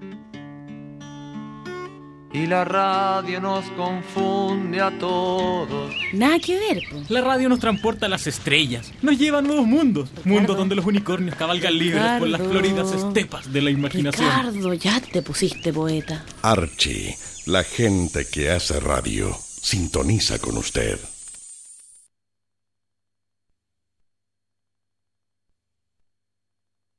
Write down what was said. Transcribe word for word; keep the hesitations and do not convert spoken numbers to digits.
Y la radio nos confunde a todos. Nada que ver, po. La radio nos transporta a las estrellas, nos lleva a nuevos mundos. Ricardo. Mundos donde los unicornios cabalgan libres Ricardo. por las floridas estepas de la imaginación. Ricardo, ya te pusiste poeta. Archie, la gente que hace radio, sintoniza con usted.